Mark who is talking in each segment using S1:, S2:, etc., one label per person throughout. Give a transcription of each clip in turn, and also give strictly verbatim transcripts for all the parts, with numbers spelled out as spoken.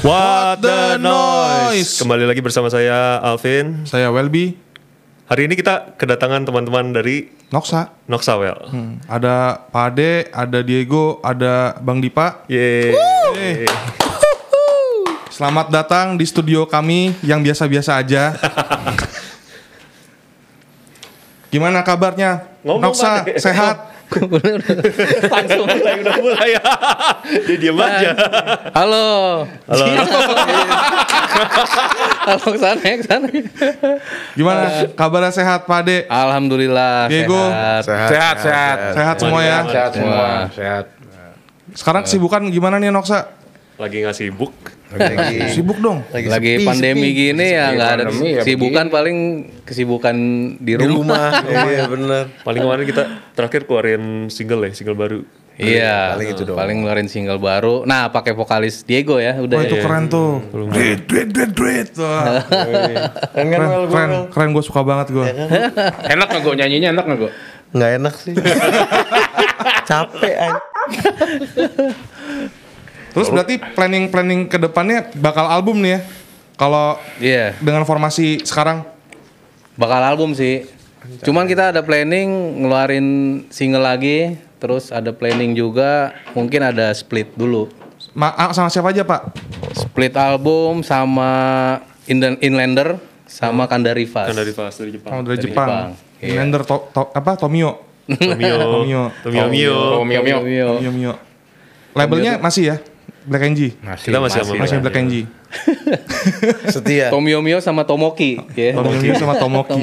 S1: What the noise? Kembali lagi bersama saya Alvin.
S2: Saya Welby.
S1: Hari ini kita kedatangan teman-teman dari
S2: Noxa.
S1: Noxa Well.
S2: Hmm. Ada Pak Ade, ada Diego, ada Bang Dipa.
S1: Yeay.
S2: Selamat datang di studio kami yang biasa-biasa aja. Gimana kabarnya?
S1: Ngomong,
S2: Noxa
S1: Pak.
S2: sehat?
S1: Langsung mulai udah mulai ya. Dia diam aja.
S3: Halo.
S1: Halo.
S3: Halo kesana kesana.
S2: Gimana kabarnya sehat Pak Ade?
S3: Alhamdulillah.
S2: Diego?
S3: Sehat.
S4: Sehat, sehat.
S2: Sehat semua ya?
S4: Sehat semua, sehat.
S2: Sekarang kesibukan gimana nih Noxa?
S1: Lagi nggak sibuk.
S4: Lagi
S2: Sibuk dong.
S3: Lagi, Lagi pandemi sepi. gini ya nggak ada
S4: Pandemi ya
S3: kesibukan, paling kesibukan di
S4: di
S3: rumah.
S4: rumah. Iya benar.
S1: Paling kemarin kita terakhir keluarin single ya, single baru.
S3: Iya,
S4: Paling itu dong.
S3: paling ngeluarin single baru. Nah, pakai vokalis Diego ya, udah.
S2: Oh itu
S3: ya.
S2: keren tuh. Duit, duit, duit, duit. Wah.
S4: Kan kan
S2: Keren, keren, keren. Gue suka banget gue.
S4: enak nggak gue nyanyinya enak nggak gue?
S5: Nggak enak sih. Capek aja.
S2: Terus berarti planning-planning ke depannya bakal album nih ya? Kalau
S3: Iya,
S2: dengan formasi sekarang?
S3: bakal album sih. Cuman kita ada planning ngeluarin single lagi, terus ada planning juga mungkin ada split dulu.
S2: Ma- ah, sama siapa aja Pak?
S3: Split album sama Inden- Inlander sama Kandarivas.
S1: Kan dari Fast dari Jepang.
S2: Oh, dari
S3: Dari
S2: Jepang.
S3: Jepang, iya.
S2: Inlander to, to, apa? Tomio.
S1: Tomio.
S2: Tomio.
S1: Tomio Mio.
S4: Oh, Mio Mio.
S3: Mio.
S2: Tomio Mio. Labelnya masih ya? Black N G.
S4: Masih.
S1: Kita masih sama
S2: Masih Black N G.
S5: Setia.
S3: Tomio Mio sama Tomoki, ya.
S2: Tomio Mio sama Tomoki.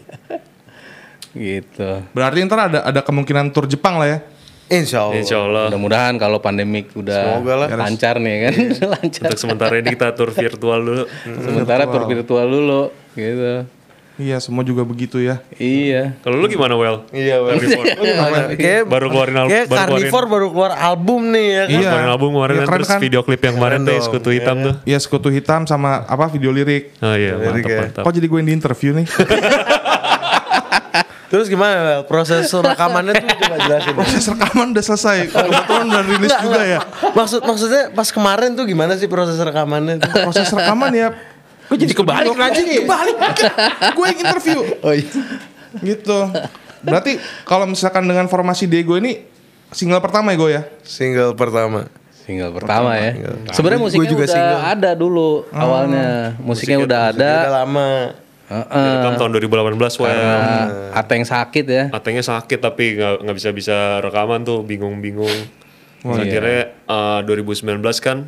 S3: Gitu.
S2: Berarti ntar ada ada kemungkinan tur Jepang lah ya?
S5: Insya Allah.
S1: Insya Allah.
S3: Mudah-mudahan kalau pandemik udah
S5: Semoga lah.
S3: lancar nih kan. Lancar.
S1: Untuk sementara ini kita tur virtual dulu.
S3: Sementara tur virtual dulu, gitu.
S2: Iya, semua juga begitu ya.
S3: Iya.
S1: Kalau lu gimana Well?
S5: Iya, well. Kayak
S1: Baru keluarin album.
S5: kayak
S1: Baru keluarin,
S5: Carnivore baru keluar album nih ya kan.
S2: Iya.
S1: keluarin album kemarin
S2: Iya,
S1: kan,
S2: keren
S1: terus
S2: kan?
S1: video klip yang kemarin
S5: Keren
S1: deh
S5: dong,
S1: Sekutu Hitam tuh.
S2: Iya, Sekutu Hitam sama apa video lirik.
S1: Oh iya,
S5: Lirik
S1: mantap
S5: ya.
S1: mantap.
S2: Kok jadi gue yang di interview nih?
S5: Terus gimana Well? Proses rekamannya tuh coba jelasin.
S2: Proses rekaman udah selesai. Kebetulan udah rilis
S5: Enggak,
S2: juga
S5: enggak.
S2: ya.
S5: Maksud maksudnya pas kemarin tuh gimana sih proses rekamannya tuh?
S2: Proses rekaman ya.
S4: Gue jadi kebalik aja nih.
S2: Kebalik. Gue yang interview.
S5: Oh iya.
S2: Gitu. Berarti kalau misalkan dengan formasi Diego ini single pertama ya gue ya?
S5: Single pertama.
S3: Single pertama ya.
S5: Single.
S3: Sebenarnya
S5: Gua
S3: musiknya
S5: juga
S3: udah
S5: single.
S3: ada dulu awalnya. Musiknya, udah ada.
S5: Dia udah lama.
S3: Heeh.
S1: Rekam tahun dua ribu delapan belas Well.
S3: Karena Ateng sakit ya.
S1: Atengnya sakit tapi nggak nggak bisa bisa rekaman tuh, bingung-bingung. Terus
S3: iya.
S1: akhirnya eh, dua ribu sembilan belas kan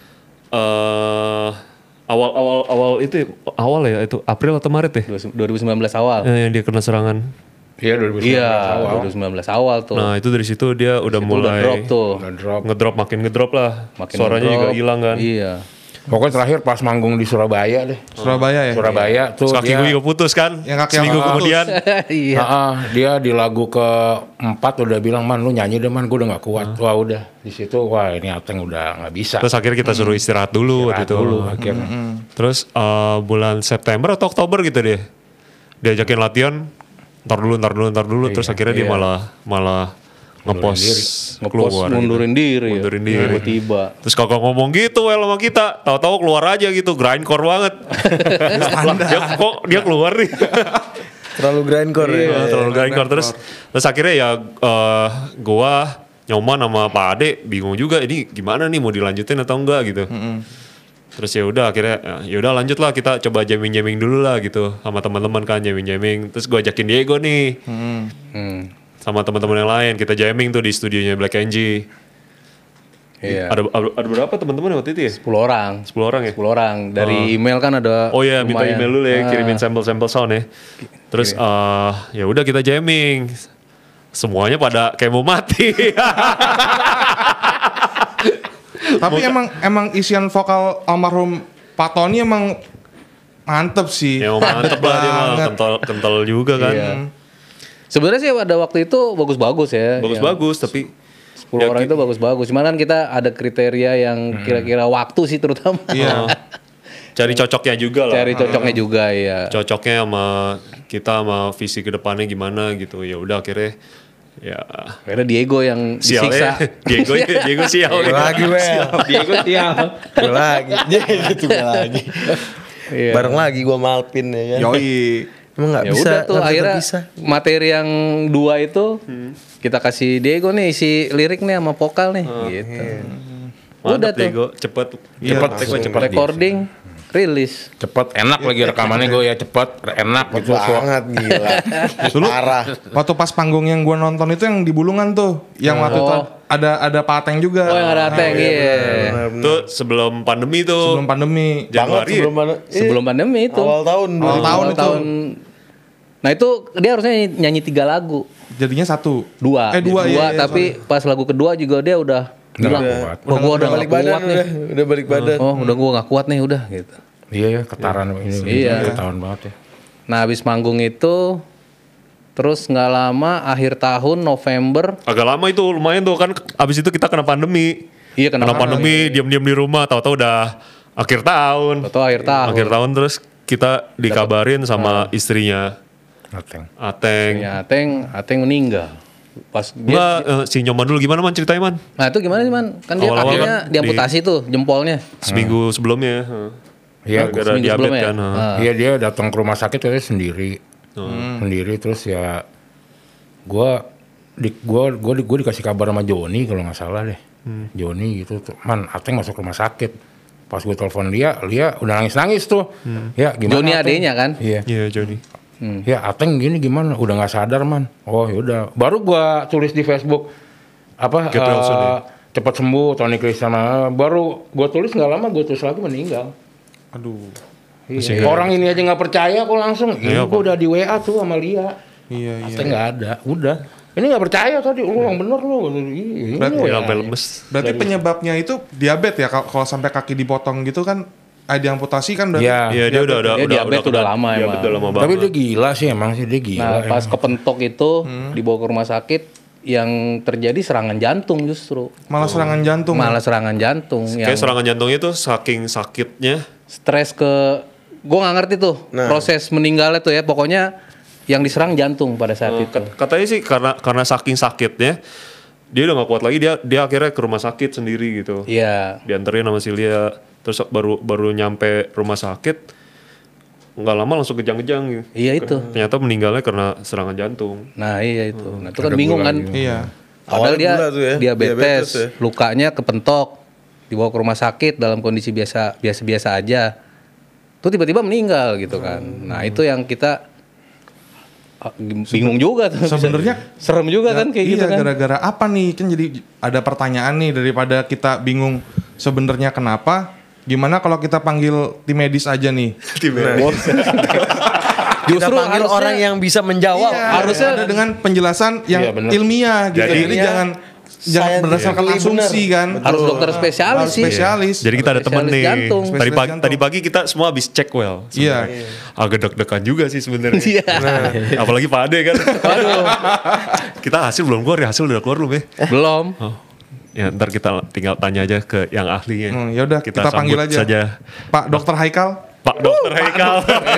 S1: eh awal awal awal itu awal ya itu April atau Maret ya
S3: dua ribu sembilan belas awal.
S1: Eh, yang dia kena serangan.
S4: Iya dua ribu sembilan belas
S3: Iya,
S4: awal.
S3: dua ribu sembilan belas awal tuh.
S1: Nah itu dari situ dia udah
S3: Itu
S1: mulai
S3: udah drop tuh.
S4: Udah drop.
S1: ngedrop makin ngedrop lah.
S3: Makin
S1: Suaranya
S3: ngedrop.
S1: juga hilang kan.
S3: Iya.
S4: Pokoknya terakhir pas manggung di Surabaya deh.
S2: Surabaya ya?
S4: Surabaya tuh
S1: Terus kaki
S4: dia,
S1: gue juga putus kan.
S2: Yang kaki
S1: Seminggu
S2: yang putus.
S1: kemudian.
S3: Iya.
S4: Ah, ah, dia di lagu keempat udah bilang, man lu nyanyi deh man, gue udah gak kuat. Wah udah di situ, wah ini Ateng udah nggak bisa.
S1: Terus akhirnya kita suruh istirahat dulu waktu
S4: Istirahat
S1: itu.
S4: dulu akhirnya.
S1: Terus eh, bulan September atau Oktober gitu deh. Diajakin latihan, ntar dulu, ntar dulu, ntar dulu. Terus akhirnya dia malah malah ngepost
S3: Ngepost
S1: keluar.
S3: mundurin diri. ya.
S1: Mundurin diri.
S3: Tiba-tiba.
S1: Terus kakak ngomong gitu well sama kita, tahu-tahu keluar aja gitu, grindcore banget. Lah, dia kok dia keluar nih.
S5: Terlalu grindcore ya.
S1: Iya, terlalu grindcore. Terus terus akhirnya ya eh, gua Nyoman sama Pak Ade bingung juga ini gimana nih mau dilanjutin atau enggak gitu. Terus ya udah akhirnya ya udah lanjut lah kita coba jamming-jamming dulu lah gitu sama teman-teman kan jamming-jamming. Terus gua ajakin Diego nih.
S3: Hmm.
S1: Sama teman-teman yang lain kita jamming tuh di studionya Black N G.
S3: Iya.
S1: Ada, ada ada berapa teman-teman waktu itu ya?
S3: sepuluh orang.
S1: sepuluh orang ya?
S3: sepuluh orang. Dari email kan ada.
S1: Oh iya, minta
S3: lumayan.
S1: email dulu ya,
S3: Ah.
S1: kirimin sampel-sampel sound ya. Terus eh ya udah kita jamming. Semuanya pada kayak mau mati.
S2: Tapi emang emang isian vokal almarhum Pak Tony emang mantep sih.
S1: Ya mantep lah dia mah
S2: Banget.
S1: kental kental juga kan.
S3: Iya. Sebenarnya sih pada waktu itu bagus-bagus ya.
S1: Bagus-bagus tapi
S3: sepuluh
S1: ya,
S3: orang
S1: ki-
S3: itu bagus-bagus. Cuman kan kita ada kriteria yang kira-kira waktu sih terutama.
S2: Iya.
S1: cari cocoknya juga lah.
S3: Cari cocoknya juga ya.
S1: Cocoknya sama kita sama visi kedepannya gimana gitu. Ya udah akhirnya Ya.
S3: Akhirnya Diego yang
S1: Sial
S3: disiksa.
S1: ya. Diego Diego sial.
S5: Lagi well.
S3: Diego sial.
S5: Gue lagi. Itu gue lagi.
S3: Iya.
S5: Bareng lagi gue Malpin ya kan.
S2: Yoi.
S5: Emang nggak
S3: Ya
S5: bisa.
S3: udah tuh
S5: nggak
S3: akhirnya
S5: bisa.
S3: materi yang dua itu kita kasih Diego nih isi lirik nih sama vokal nih gitu. Udah
S1: Mantap
S3: tuh.
S1: Diego, cepet.
S2: Iya,
S1: Cepet,
S2: langsung.
S1: cepet.
S3: Recording, rilis.
S4: Cepet, enak lagi rekamannya gue ya cepet, enak gitu. So,
S5: Banget gila.
S2: Dulu
S5: Parah.
S2: waktu pas panggung yang gue nonton itu yang di Bulungan tuh, yang waktu itu
S3: Oh.
S2: ada ada Pak Ateng juga.
S3: Oh yang ada Ateng, iya.
S1: Itu sebelum pandemi tuh.
S2: Sebelum pandemi.
S5: Banget
S1: Januari.
S5: sebelum mana?
S3: Sebelum pandemi itu.
S5: Awal tahun.
S2: Awal
S5: dulu.
S2: tahun
S3: Awal
S2: itu.
S3: tahun. Nah itu dia harusnya nyanyi, nyanyi tiga lagu.
S2: Jadinya satu.
S3: Dua.
S2: Eh dua, iya, iya,
S3: tapi pas lagu kedua juga dia udah
S4: Udah
S3: bilang,
S4: nggak kuat.
S3: wah gua udah
S5: balik
S3: gak
S5: badan
S3: kuat nih.
S5: udah, udah balik badan.
S3: Oh udah gua gak kuat nih udah gitu.
S4: iya ya, ketaran ini,
S3: Iya.
S4: ketahuan banget ya.
S3: Nah habis manggung itu, terus nggak lama akhir tahun November,
S1: Agak lama itu lumayan tuh kan abis itu kita kena pandemi.
S3: iya kena
S1: Kena pandemi, diam-diam di rumah, tahu-tahu udah akhir tahun.
S3: atau akhir tahun.
S1: Akhir tahun terus kita dikabarin sama istrinya
S4: Ateng.
S1: Ateng.
S3: Ya, Ateng, Ateng meninggal. Pas dia,
S1: Enggak, eh, si Nyoman dulu gimana man ceritanya man?
S3: nah itu gimana sih man? Kan dia
S1: Awal-awal
S3: kakinya
S1: kan
S3: diamputasi tuh jempolnya.
S1: Seminggu sebelumnya. heeh.
S4: Iya,
S1: Gara-gara
S3: seminggu
S1: diabetes
S3: sebelumnya ya?
S1: kan. heeh.
S3: Ah.
S4: Iya dia datang ke rumah sakit katanya sendiri, sendiri terus ya, gua di gua gua gua dikasih kabar sama Joni kalau nggak salah deh, Joni gitu, tuh, man Ateng masuk rumah sakit. Pas gue telepon dia, dia udah nangis nangis tuh, ya gimana?
S3: Joni
S4: Ateng?
S3: adenya kan?
S4: Iya,
S1: Iya Joni.
S4: ya Ateng gini gimana? Udah nggak sadar man. Oh yaudah, baru gua tulis di Facebook apa?
S1: Get well soon,
S4: eh,
S1: ya?
S4: cepat sembuh Tony Kristana. Baru gua tulis nggak lama, gua tulis lagi meninggal.
S2: Aduh.
S4: Iya. Orang ini aja nggak percaya kok langsung. Ini
S1: Iya,
S4: gua udah di W A tuh sama Lia.
S2: Iya, iya.
S4: Ateng nggak ada, udah. Ini nggak percaya tadi, lu yang bener lu. Ini
S2: Berarti-
S4: W A.
S1: Iya, sampai lemes.
S2: Berarti penyebabnya itu diabetes ya kalau kalau sampai kaki dipotong gitu kan eh diamputasi kan berarti.
S4: Iya.
S1: Iya dia udah udah
S3: Dia diabetes udah lama
S1: diabetes
S3: emang.
S1: udah lama
S4: Tapi
S1: banget.
S4: dia gila sih emang sih dia gila.
S3: Nah pas
S4: emang.
S3: kepentok itu dibawa ke rumah sakit, yang terjadi serangan jantung justru.
S2: Malah serangan jantung.
S3: Malah serangan jantung yang
S1: Kayak serangan jantungnya tuh saking sakitnya.
S3: stres ke, gue nggak ngerti tuh proses meninggalnya tuh ya, pokoknya yang diserang jantung pada saat itu.
S1: Kat- Katanya sih karena karena saking sakitnya dia udah gak kuat lagi, dia dia akhirnya ke rumah sakit sendiri gitu.
S3: Iya.
S1: Dianterin sama si Lia, terus baru baru nyampe rumah sakit nggak lama langsung kejang-kejang gitu.
S3: Iya itu.
S1: Ternyata meninggalnya karena serangan jantung.
S3: Nah iya itu. Nah itu kan bingung kan.
S2: Iya.
S3: Padahal
S5: Awalnya
S3: dia
S5: gula tuh ya,
S3: diabetes,
S5: diabetes ya.
S3: lukanya kepentok, dibawa ke rumah sakit dalam kondisi biasa biasa biasa aja. Tuh tiba-tiba meninggal gitu kan. Nah itu yang kita ah, bingung juga tuh.
S2: Sebenarnya
S3: serem juga kan kayak
S2: iya,
S3: gitu kan.
S2: gara-gara apa nih? Kan jadi ada pertanyaan nih, daripada kita bingung sebenarnya kenapa. Gimana kalau kita panggil tim medis aja nih?
S5: Kita
S3: Justru
S5: panggil
S3: harusnya-
S5: orang yang bisa menjawab.
S2: Iya,
S3: harusnya
S2: ada dengan penjelasan yang
S4: Iya, bener.
S2: ilmiah gitu.
S1: Jadi-
S2: Jadi, jangan jangan
S5: Scientifically
S2: berdasarkan asumsi
S5: bener.
S2: kan.
S3: Harus dokter spesialis
S2: Harus
S3: sih.
S2: spesialis.
S1: Jadi kita ada temen
S3: Spesialis
S1: nih.
S3: jantung.
S1: Tadi
S2: Spesialis
S1: pagi
S2: jantung.
S1: tadi pagi kita semua habis cek well.
S2: Iya.
S1: Agak deg-degan juga sih sebenarnya.
S3: Iya.
S1: Apalagi Pak Ade kan.
S3: Waduh.
S1: Kita hasil belum keluar ya, hasil udah keluar belum ya?
S3: Belum.
S1: Oh. Ya ntar kita tinggal tanya aja ke yang ahlinya.
S2: Hmm, ya udah kita, panggil
S1: sambut
S2: aja.
S1: saja.
S2: Pak Dokter Haikal.
S1: Pak Dokter Haikal.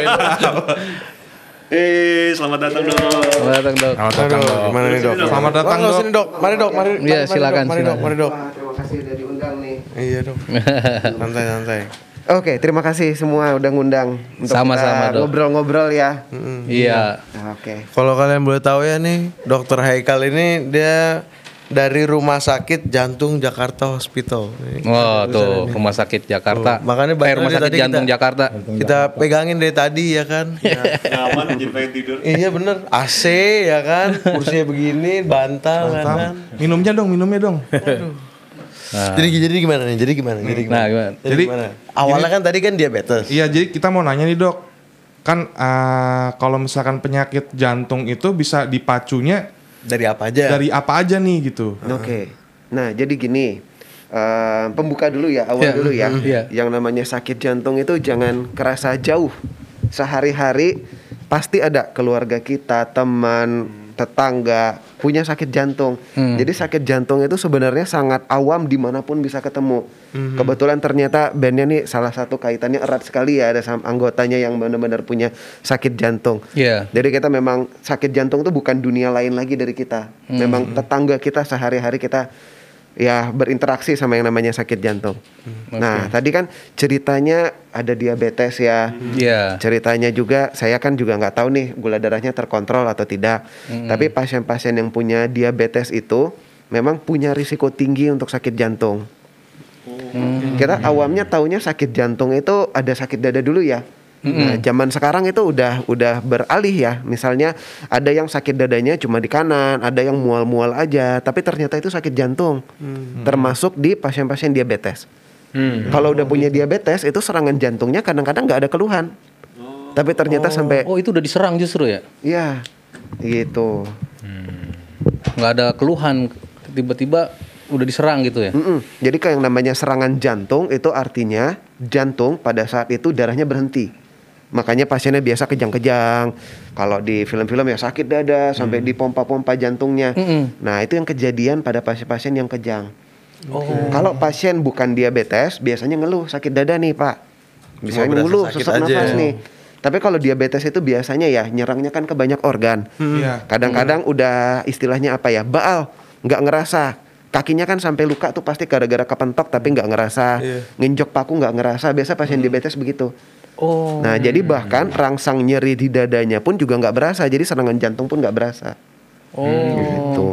S1: Eh, selamat datang dong.
S3: Selamat datang dok.
S4: Selamat datang,
S5: Aduh,
S4: Dok.
S5: gimana nih dok?
S2: Selamat datang,
S5: Dok.
S2: Dok.
S5: Sini dok, mari dok, mari.
S3: Iya,
S5: mari,
S3: silakan,
S5: Mari dok, mari dok,
S3: silakan.
S5: mari dok.
S6: Wah, terima kasih udah diundang nih.
S5: Iya dok. Santai, santai.
S6: Oke, terima kasih semua udah ngundang untuk
S3: Sama-sama,
S6: kita
S3: Dok.
S6: ngobrol-ngobrol ya.
S3: Iya.
S6: Nah, Oke.
S5: Kalau kalian boleh tahu ya nih, Dokter Haikal ini dia dari Rumah Sakit Jantung Jakarta Hospital.
S3: Oh tuh rumah sakit Jakarta.
S5: Tuh, makanya
S3: eh,
S5: banyak
S3: rumah
S5: dari
S3: sakit
S5: tadi
S3: jantung
S5: kita-
S3: Jakarta.
S5: Kita pegangin dari tadi ya kan.
S1: Nyaman jadi pengen tidur.
S5: Iya bener, A C ya kan, kursinya begini, bantal ya kan.
S2: Minumnya dong, minumnya dong.
S5: Jadi jadi gimana nih? Jadi gimana? Jadi gimana?
S3: Nah, gimana?
S5: Jadi,
S2: Jadi-
S5: gimana? Awalnya kan tadi kan diabetes.
S2: Iya, jadi kita mau nanya nih dok, kan eh, kalau misalkan penyakit jantung itu bisa dipacunya
S5: Dari apa aja?
S2: dari apa aja nih gitu?
S6: Oke. Nah, jadi gini. eh, pembuka dulu ya, awal
S3: Iya,
S6: dulu ya.
S3: mm, iya.
S6: Yang namanya sakit jantung itu jangan kerasa jauh. Sehari-hari pasti ada keluarga kita, teman, tetangga punya sakit jantung.
S3: Hmm.
S6: Jadi sakit jantung itu sebenarnya sangat awam dimanapun bisa ketemu.
S3: Hmm.
S6: Kebetulan ternyata bandnya nih salah satu kaitannya erat sekali ya, ada sam- anggotanya yang benar-benar punya sakit jantung.
S3: Iya.
S6: Jadi kita memang sakit jantung itu bukan dunia lain lagi dari kita.
S3: Hmm.
S6: Memang tetangga kita sehari-hari kita ya berinteraksi sama yang namanya sakit jantung.
S3: Hmm.
S6: Nah, tadi kan ceritanya ada diabetes ya.
S3: Iya.
S6: Ceritanya juga saya kan juga nggak tahu nih gula darahnya terkontrol atau tidak.
S3: Hmm.
S6: Tapi pasien-pasien yang punya diabetes itu memang punya risiko tinggi untuk sakit jantung.
S3: Hmm.
S6: Kita awamnya taunya sakit jantung itu ada sakit dada dulu ya. Nah, zaman sekarang itu udah udah beralih ya. Misalnya ada yang sakit dadanya cuma di kanan, ada yang mual-mual aja, tapi ternyata itu sakit jantung. Termasuk di pasien-pasien diabetes.
S3: Hmm.
S6: Kalau udah punya diabetes itu serangan jantungnya kadang-kadang nggak ada keluhan. Tapi ternyata sampai
S3: Oh, itu udah diserang justru ya?
S6: ya gitu.
S3: Nggak ada keluhan, tiba-tiba udah diserang gitu ya?
S6: Mm-mm. Jadi kayak yang namanya serangan jantung itu artinya jantung pada saat itu darahnya berhenti. Makanya pasiennya biasa kejang-kejang. Kalau di film-film ya sakit dada sampai dipompa-pompa jantungnya.
S3: Mm-mm.
S6: Nah, itu yang kejadian pada pasien-pasien yang kejang.
S3: Oh.
S6: Kalau pasien bukan diabetes biasanya ngeluh sakit dada nih, Pak. Bisa
S5: Cuma berasa
S6: ngeluh
S5: sakit
S6: sesak
S5: aja
S6: nafas
S5: ya.
S6: nih. Tapi kalau diabetes itu biasanya ya nyerangnya kan ke banyak organ.
S2: Iya.
S6: Kadang-kadang udah istilahnya apa ya? Baal, nggak ngerasa. Kakinya kan sampai luka tuh pasti gara-gara kepentok tapi nggak ngerasa.
S5: Iya.
S6: Nginjok paku nggak ngerasa. Biasa pasien diabetes begitu.
S3: Oh.
S6: Nah, jadi bahkan rangsang nyeri di dadanya pun juga nggak berasa. Jadi serangan jantung pun nggak berasa.
S3: Oh.
S6: Gitu.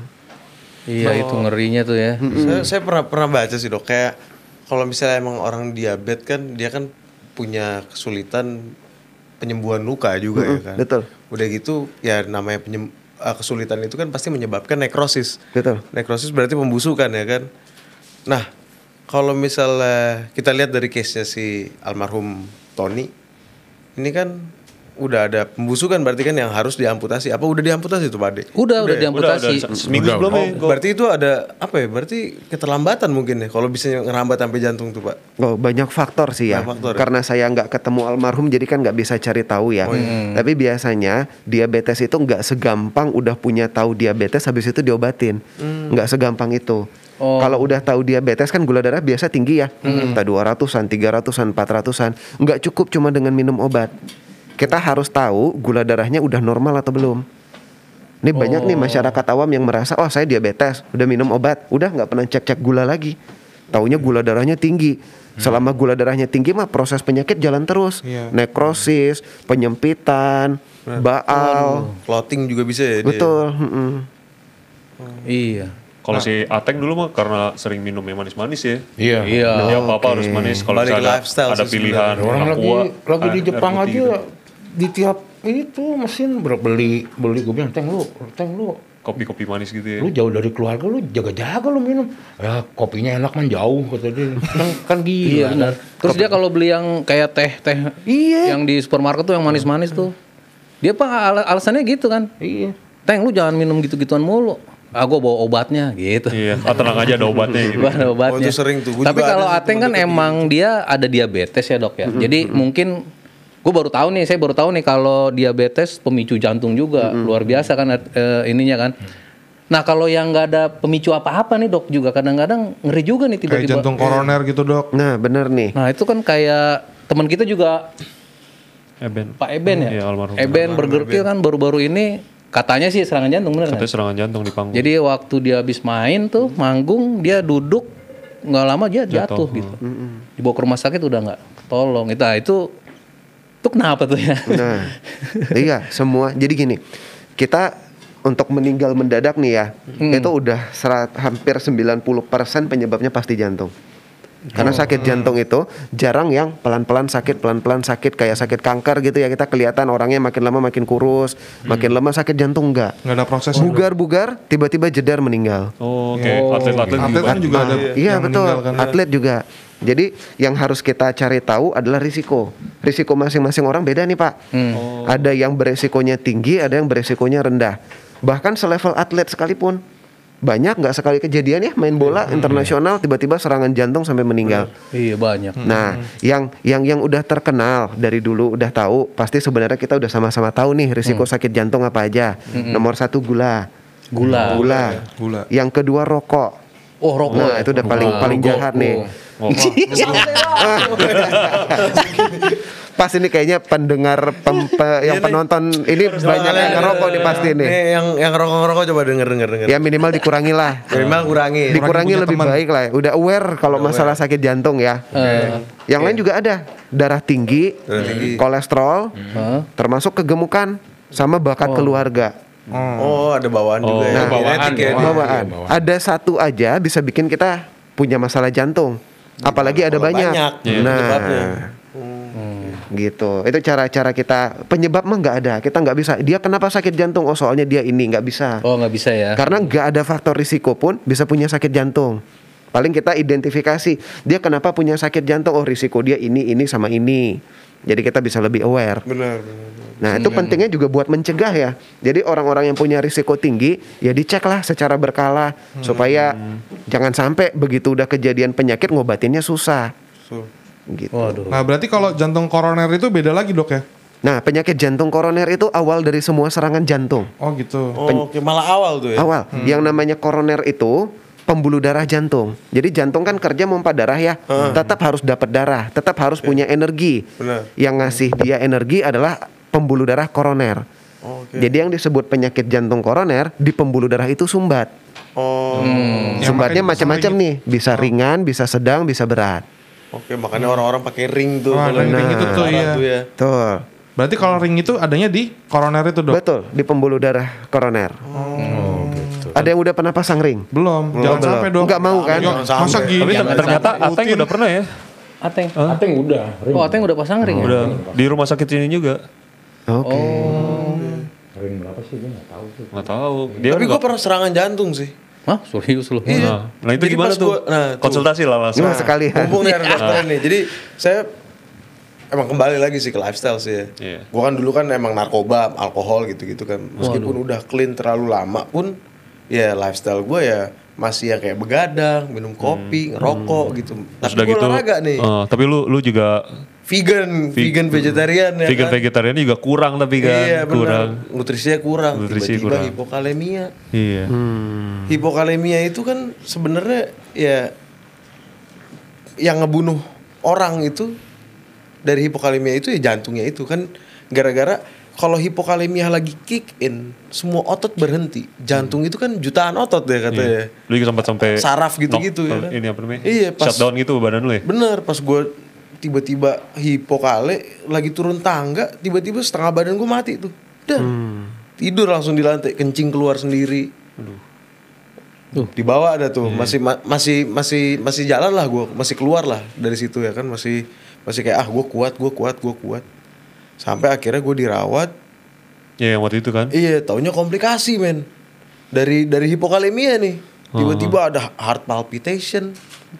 S3: Iya, itu ngerinya tuh ya.
S5: Saya, saya pernah pernah baca sih dok, kayak kalau misalnya emang orang diabetes kan dia kan punya kesulitan penyembuhan luka juga ya kan.
S6: betul.
S5: Udah gitu ya namanya penyem, uh, kesulitan itu kan pasti menyebabkan nekrosis.
S6: Betul.
S5: Nekrosis berarti pembusukan ya kan. Nah kalau misalnya kita lihat dari case-nya si almarhum Tony, ini kan udah ada pembusukan berarti kan yang harus diamputasi. Apa udah diamputasi tuh Pak Ade?
S3: Udah, udah
S1: Udah,
S3: diamputasi.
S1: udah, seminggu
S4: Udah,
S1: sebelumnya.
S5: Oh,
S1: gua-
S5: berarti itu ada apa ya? Berarti keterlambatan mungkin ya kalau bisa ngerambat sampai jantung tuh Pak.
S6: Oh, banyak faktor sih ya.
S5: Banyak faktor ya?
S6: Karena saya nggak ketemu almarhum jadi kan nggak bisa cari tahu ya. Tapi biasanya diabetes itu nggak segampang udah punya tahu diabetes habis itu diobatin. Nggak segampang itu.
S3: Oh.
S6: Kalau udah tahu diabetes kan gula darah biasa tinggi ya. Entah dua ratusan, tiga ratusan, empat ratusan. Nggak cukup cuma dengan minum obat. Kita harus tahu gula darahnya udah normal atau belum. Ini banyak nih masyarakat awam yang merasa, oh saya diabetes, udah minum obat, udah nggak pernah cek-cek gula lagi. Taunya gula darahnya tinggi. Selama gula darahnya tinggi mah proses penyakit jalan terus.
S2: Iya.
S6: Nekrosis, penyempitan, baal.
S5: Clotting juga bisa ya. dia?
S6: Betul. mm-mm.
S3: Iya.
S1: Kalau si Ateng dulu mah karena sering minum yang manis-manis ya.
S4: Iya.
S3: Iya.
S1: Dia apa-apa harus manis. Kalau
S5: Balik
S1: misalnya
S5: lifestyle
S1: ada
S5: sih
S1: pilihan
S5: sebenarnya.
S4: Orang lagi
S1: aqua,
S4: lagi di
S1: air
S4: Jepang
S1: putih
S4: aja
S1: gitu.
S4: di tiap itu mesin ber- beli beli gue bilang Teng lu Teng lu
S1: Kopi-kopi manis gitu ya.
S4: lu jauh dari keluarga lu jaga-jaga lu minum ya kopinya enak man jauh kata dia kan, kan gila
S3: Iya benar. Terus dia kalau beli yang kayak teh teh
S4: Iya.
S3: yang di supermarket tuh yang manis-manis tuh. Dia pak al- alasannya gitu kan.
S4: Iya.
S3: Teng lu jangan minum gitu-gituan mulu. Ah gua bawa obatnya gitu.
S1: Iya, ah, tenang aja ada obatnya gitu.
S3: Ada obatnya.
S5: Oh, itu sering tuh. Gua
S3: Tapi
S5: juga
S3: kalau
S5: ada sih
S3: Ateng
S5: temen
S3: kan
S5: deket
S3: emang dia ada diabetes ya dok ya. Jadi mungkin gue baru tahu nih, saya baru tahu nih kalau diabetes pemicu jantung juga luar biasa kan eh, ininya kan. Nah kalau yang nggak ada pemicu apa-apa nih dok juga kadang-kadang ngeri juga nih
S2: Kayak
S3: tiba-tiba.
S2: jantung koroner gitu dok.
S6: Nah, bener nih.
S3: Nah itu kan kayak teman kita juga
S1: Eben.
S3: Pak Eben ya.
S1: Iya, almarhum.
S3: Eben Burger Kill kan baru-baru ini katanya sih serangan jantung bener
S1: Katanya
S3: kan?
S1: serangan jantung di panggung.
S3: Jadi waktu dia habis main tuh manggung dia duduk nggak lama dia jatuh, gitu. Dibawa ke rumah sakit udah nggak tolong. Itu itu itu kenapa tuh ya?
S6: Nah, iya semua. Jadi gini, kita untuk meninggal mendadak nih ya, itu udah serat, hampir sembilan puluh persen penyebabnya pasti jantung. Karena sakit jantung itu jarang yang pelan-pelan sakit, pelan-pelan sakit kayak sakit kanker gitu ya. Kita kelihatan orangnya makin lama makin kurus, makin lama sakit jantung enggak.
S2: Nggak ada proses.
S6: Bugar-bugar tiba-tiba jedar meninggal.
S1: Oh, oke. Atlet-atlet
S2: Atlet
S1: juga.
S2: kan juga ada.
S6: Iya
S2: yang
S6: betul,
S2: meninggal kan.
S6: atlet juga. Jadi yang harus kita cari tahu adalah risiko. Risiko masing-masing orang beda nih Pak. Ada yang beresikonya tinggi, ada yang beresikonya rendah. Bahkan selevel atlet sekalipun. banyak nggak sekali kejadian ya main bola internasional tiba-tiba serangan jantung sampai meninggal.
S3: Iya banyak.
S6: Nah, yang yang yang udah terkenal dari dulu udah tahu pasti sebenarnya kita udah sama-sama tahu nih risiko sakit jantung apa aja. Nomor satu gula.
S3: Gula.
S6: Gula.
S2: Gula.
S6: Yang kedua rokok.
S3: Oh rokok.
S6: Nah, itu udah paling paling jahat nih. Pas ini kayaknya pendengar pem, pe- yang
S5: Iya nih.
S6: penonton ini banyak yang ngerokok nih pasti nih.
S5: Nih yang yang rokok-rokok coba denger denger denger.
S6: Ya minimal dikurangi lah.
S5: Minimal kurangi.
S6: Dikurangi
S2: punya
S6: lebih
S2: teman.
S6: baik lah. Udah aware kalau masalah sakit jantung ya. Yang lain juga ada. Darah tinggi,
S5: Darah tinggi.
S6: kolesterol,
S3: Hah?
S6: termasuk kegemukan sama bakat keluarga.
S5: Oh, ada bawaan juga ya.
S4: Nah, bawaan,
S5: Genetik ya.
S4: bawaan.
S6: Bawaan.
S4: bawaan.
S6: Ada satu aja bisa bikin kita punya masalah jantung. Apalagi ada
S5: Kalau
S6: banyak.
S5: banyak, ya,
S6: Nah,
S5: penyebabnya.
S6: gitu. Itu cara-cara kita. Penyebab mah nggak ada. Kita nggak bisa. Dia kenapa sakit jantung? Oh soalnya dia ini nggak bisa.
S3: Oh nggak bisa ya.
S6: Karena nggak ada faktor risiko pun bisa punya sakit jantung. Paling kita identifikasi dia kenapa punya sakit jantung. Oh risiko dia ini, ini sama ini. Jadi kita bisa lebih aware.
S5: Benar, benar. benar.
S6: Nah itu pentingnya juga buat mencegah ya. Jadi orang-orang yang punya risiko tinggi ya dicek lah secara berkala supaya jangan sampai begitu udah kejadian penyakit ngobatinnya susah.
S5: So,
S6: Gitu.
S3: Waduh.
S2: Nah berarti kalau jantung koroner itu beda lagi dok ya?
S6: Nah penyakit jantung koroner itu awal dari semua serangan jantung.
S2: Oh gitu.
S5: oh, oke, malah awal tuh ya.
S6: Awal. Yang namanya koroner itu pembuluh darah jantung. Jadi jantung kan kerja memompa darah ya. Tetap harus dapat darah, tetap harus punya energi.
S5: Benar.
S6: Yang ngasih dia energi adalah pembuluh darah koroner.
S5: Oh, oke.
S6: Jadi yang disebut penyakit jantung koroner di pembuluh darah itu sumbat.
S5: Oh.
S2: Ya,
S6: Sumbatnya
S2: makanya
S6: macam-macam
S2: sampai
S6: nih, bisa ringan, bisa sedang, bisa berat.
S5: Oke, makanya orang-orang pakai ring tuh.
S2: Oh,
S5: kalau
S2: ring- ring
S5: yang
S2: itu tuh,
S5: parah
S2: iya.
S5: tuh ya.
S6: Tuh.
S2: Berarti kalau ring itu adanya di koroner itu dok?
S6: Betul, di pembuluh darah koroner.
S4: Oh gitu.
S6: Ada yang udah pernah pasang ring?
S2: Belum. Jangan
S6: belum.
S2: sampai dok.
S6: Nggak mau kan?
S2: Yuk,
S5: Jangan
S2: masa
S5: sampai.
S2: gini?
S1: Tapi
S2: Jangan
S1: ternyata
S2: sampai.
S1: Ateng udah pernah ya.
S3: Ateng.
S4: Ateng udah. Ring.
S3: Oh Ateng udah pasang ring ya?
S1: Udah di rumah sakit ini juga.
S6: Oke.
S4: Ring berapa sih gue nggak tahu tuh.
S1: Nggak tahu. Dia
S5: Tapi
S1: nggak-
S5: gue pernah serangan jantung sih.
S3: Hah serius lu?
S1: Nah, nah itu
S5: Jadi
S1: gimana
S5: pas
S1: tuh?
S5: gua- nah, tuh.
S1: Konsultasi lah langsung.
S6: Nah, sekalian.
S5: Mumpung nih ada dokter nih. Jadi saya emang kembali lagi sih ke lifestyle sih ya.
S1: Iya.
S5: Gue kan dulu kan emang narkoba, alkohol gitu-gitu kan. Meskipun udah clean terlalu lama pun ya lifestyle gue ya masih yang kayak begadang, minum kopi, ngerokok gitu.
S1: Terus
S5: Tapi
S1: udah
S5: gue
S1: gitu.
S5: olahraga nih.
S1: eh, tapi lu lu juga
S5: Vegan,
S1: Ve-
S5: vegan vegetarian ya
S1: vegan
S5: kan.
S1: vegetarian juga kurang tapi kan
S5: Iya benar.
S1: kurang.
S5: Nutrisinya kurang.
S1: Nutrisi
S5: Tiba-tiba
S1: kurang.
S5: hipokalemia.
S1: Iya.
S5: Hipokalemia itu kan sebenarnya ya yang ngebunuh orang itu dari hipokalemia itu ya jantungnya itu kan gara-gara kalau hipokalemia lagi kick in semua otot berhenti. Jantung itu kan jutaan otot ya katanya.
S1: Iya. Lu juga sempat sampai
S5: Saraf gitu-gitu
S1: knock-
S5: ya kan?
S1: Ini apa namanya?
S5: Iya, pas-
S1: Shutdown gitu badan lu ya.
S5: Bener pas gue tiba-tiba hipokale lagi turun tangga tiba-tiba setengah badan gue mati tuh. Dan tidur langsung di lantai kencing keluar sendiri. Tuh dibawa ada tuh masih ma- masih masih masih jalan lah gue masih keluar lah dari situ ya kan masih masih kayak ah gue kuat gue kuat gue kuat sampai akhirnya gue dirawat.
S1: Iya yang waktu itu kan.
S5: Iya taunya komplikasi men dari dari hipokalemia nih tiba-tiba ada heart palpitation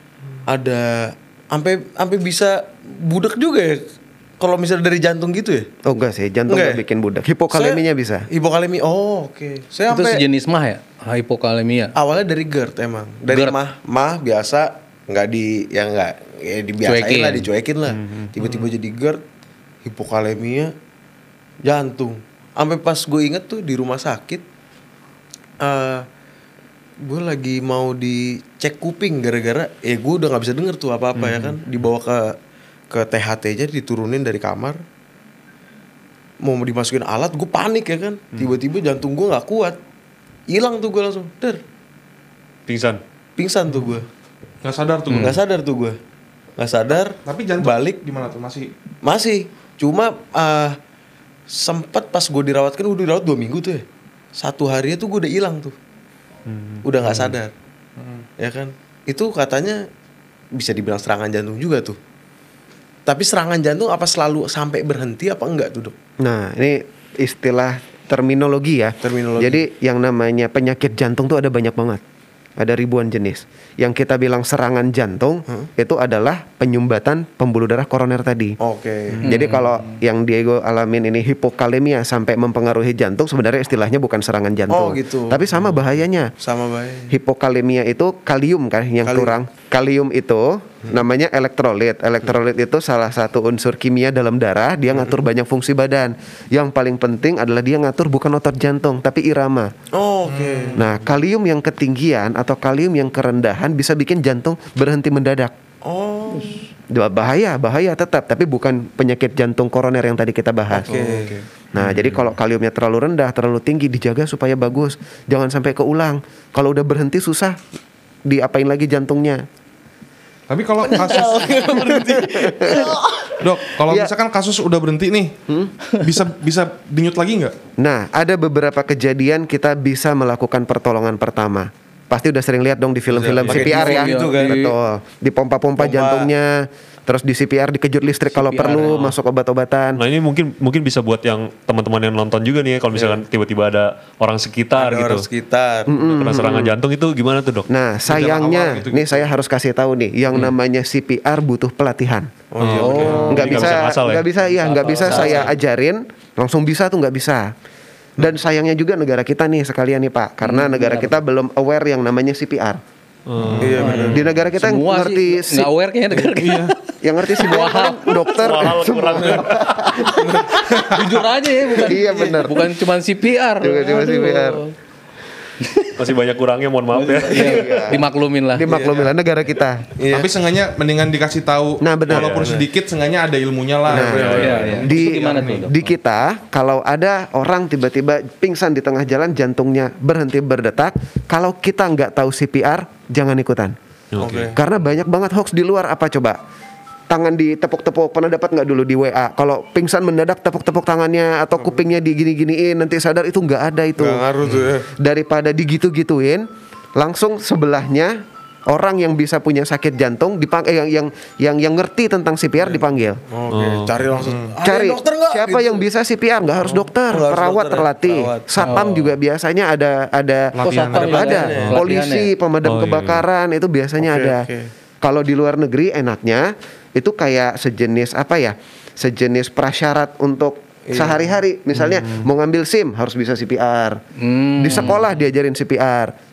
S5: ada sampai sampai bisa budak juga ya kalau misalnya dari jantung gitu ya.
S6: Oh enggak sih, jantung
S5: Enggak
S6: nggak
S5: ya?
S6: bikin budak. Hipokaleminya
S5: Saya-
S6: bisa.
S5: Hipokalemi. Oh, oke. Saya
S3: Itu
S5: sampai
S3: sejenis mah ya? Hipokalemia.
S5: awalnya dari GERD emang. Dari
S3: GERD.
S5: mah mah biasa nggak di yang nggak ya dibiasain
S3: Cuekin.
S5: lah, dicuekin lah. Tiba-tiba jadi GERD, hipokalemia, jantung. Sampai pas gue inget tuh di rumah sakit eh gue lagi mau dicek kuping gara-gara ya gue udah nggak bisa denger tuh apa-apa ya kan. Dibawa ke ke T H T-nya diturunin dari kamar. Mau dimasukin alat, gue panik ya kan. Tiba-tiba jantung gue nggak kuat, hilang tuh gue langsung, der,
S1: Pingsan.
S5: pingsan tuh gue,
S2: Nggak sadar tuh.
S5: nggak sadar tuh gue, nggak sadar.
S2: Tapi jantung
S5: balik
S2: gimana tuh masih?
S5: masih, cuma uh, sempet pas gue dirawat kan udah dirawat dua minggu tuh ya, satu hari tuh gue udah hilang tuh, udah nggak sadar, ya kan? Itu katanya bisa dibilang serangan jantung juga tuh. Tapi serangan jantung apa selalu sampai berhenti apa enggak tuh dok?
S6: Nah, ini istilah terminologi ya.
S5: Terminologi.
S6: Jadi yang namanya penyakit jantung tuh ada banyak banget. Ada ribuan jenis. Yang kita bilang serangan jantung hmm? itu adalah penyumbatan pembuluh darah koroner tadi.
S5: Oke.
S6: Hmm. Jadi kalau yang Diego alamin ini hipokalemia sampai mempengaruhi jantung, sebenarnya istilahnya bukan serangan jantung.
S5: Oh, gitu.
S6: Tapi sama bahayanya.
S5: Sama baik.
S6: Hipokalemia itu kalium kan yang
S5: Kalium.
S6: kurang. Kalium itu namanya elektrolit. Elektrolit itu salah satu unsur kimia dalam darah. Dia ngatur banyak fungsi badan. Yang paling penting adalah dia ngatur bukan otot jantung, tapi irama.
S5: Oh, oke.
S6: Nah, kalium yang ketinggian atau kalium yang kerendahan bisa bikin jantung berhenti mendadak.
S5: Oh.
S6: Bahaya, bahaya tetap, tapi bukan penyakit jantung koroner yang tadi kita bahas.
S5: Oke. Okay.
S6: Nah, jadi kalau kaliumnya terlalu rendah, terlalu tinggi, dijaga supaya bagus. Jangan sampai keulang. Kalau udah berhenti susah, diapain lagi jantungnya.
S2: Tapi kalau kasus Dok, kalau
S6: Ya.
S2: misalkan kasus udah berhenti nih,
S6: Hmm?
S2: bisa bisa denyut lagi nggak?
S6: Nah, ada beberapa kejadian kita bisa melakukan pertolongan pertama. Pasti udah sering lihat dong di film-film
S5: Pakai
S6: C P R ya.
S5: gitu kan.
S6: Betul. Dipompa-pompa
S5: Pompa.
S6: jantungnya, terus di C P R dikejut listrik kalau
S3: C P R,
S6: perlu,
S3: oh.
S6: masuk obat-obatan.
S1: Nah ini mungkin mungkin bisa buat yang teman-teman yang nonton juga nih ya, kalau misalkan tiba-tiba ada orang sekitar
S5: Ada
S1: gitu
S5: orang sekitar.
S1: kena serangan jantung itu gimana tuh dok?
S6: Nah, sayangnya,
S2: awal gitu-gitu.
S6: nih saya harus kasih tahu nih, yang namanya C P R butuh pelatihan.
S5: Oh, iya.
S1: Oh,
S6: Nggak
S1: jadi
S6: bisa,
S1: ngasal ya?
S6: nggak bisa, iya, nggak bisa saya ajarin langsung bisa tuh nggak bisa. Dan sayangnya juga negara kita nih sekalian nih Pak, karena negara kita belum aware yang namanya C P R.
S5: Iya benar.
S6: Di negara kita yang
S3: Semua
S6: ngerti
S3: sih nggak aware kayaknya negara kita.
S6: yang ngerti C P R kan dokter.
S1: Mahal kurang.
S3: Jujur aja ya, bukan.
S6: Iya, benar.
S3: Bukan cuma C P R.
S6: Bukan cuma C P R.
S3: Aduh.
S1: Masih banyak kurangnya, mohon maaf ya.
S3: Iya, dimaklumin lah.
S6: Dimaklumi lah negara kita.
S5: Iya.
S2: Tapi seenggaknya mendingan dikasih tahu.
S6: Nah, benar.
S2: Walaupun sedikit, seenggaknya ada ilmunya lah.
S6: Nah,
S3: Iya, iya.
S6: Di
S3: Itu gimana tuh, Dok?
S6: di kita kalau ada orang tiba-tiba pingsan di tengah jalan, jantungnya berhenti berdetak, kalau kita nggak tahu C P R jangan ikutan.
S5: Oke.
S6: Karena banyak banget hoax di luar. Apa coba? Tangan ditepuk-tepuk, pernah dapat nggak dulu di W A? Kalau pingsan mendadak tepuk-tepuk tangannya atau kupingnya digini-giniin nanti sadar, itu nggak ada itu.
S5: Nggak ngaruh tuh ya.
S6: Daripada digitu-gituin, langsung sebelahnya orang yang bisa punya sakit jantung dipanggil, yang yang yang yang ngerti tentang C P R dipanggil.
S5: Oke. Cari langsung. Ada
S6: Cari
S5: dokter nggak?
S6: siapa
S5: Gitu.
S6: yang bisa C P R, nggak harus dokter,
S5: Oh, harus
S6: perawat
S5: dokter ya?
S6: terlatih,
S5: Perawat.
S6: satpam juga biasanya ada ada
S3: Oh, satpam
S6: ada,
S3: juga
S6: ada.
S3: ada ya?
S6: polisi, pemadam
S1: Oh, iya.
S6: kebakaran itu biasanya
S5: Oke,
S6: ada.
S5: oke.
S6: Kalau di luar negeri enaknya itu kayak sejenis apa ya? Sejenis prasyarat untuk sehari-hari. Misalnya mau ngambil SIM harus bisa C P R. Di sekolah diajarin C P R.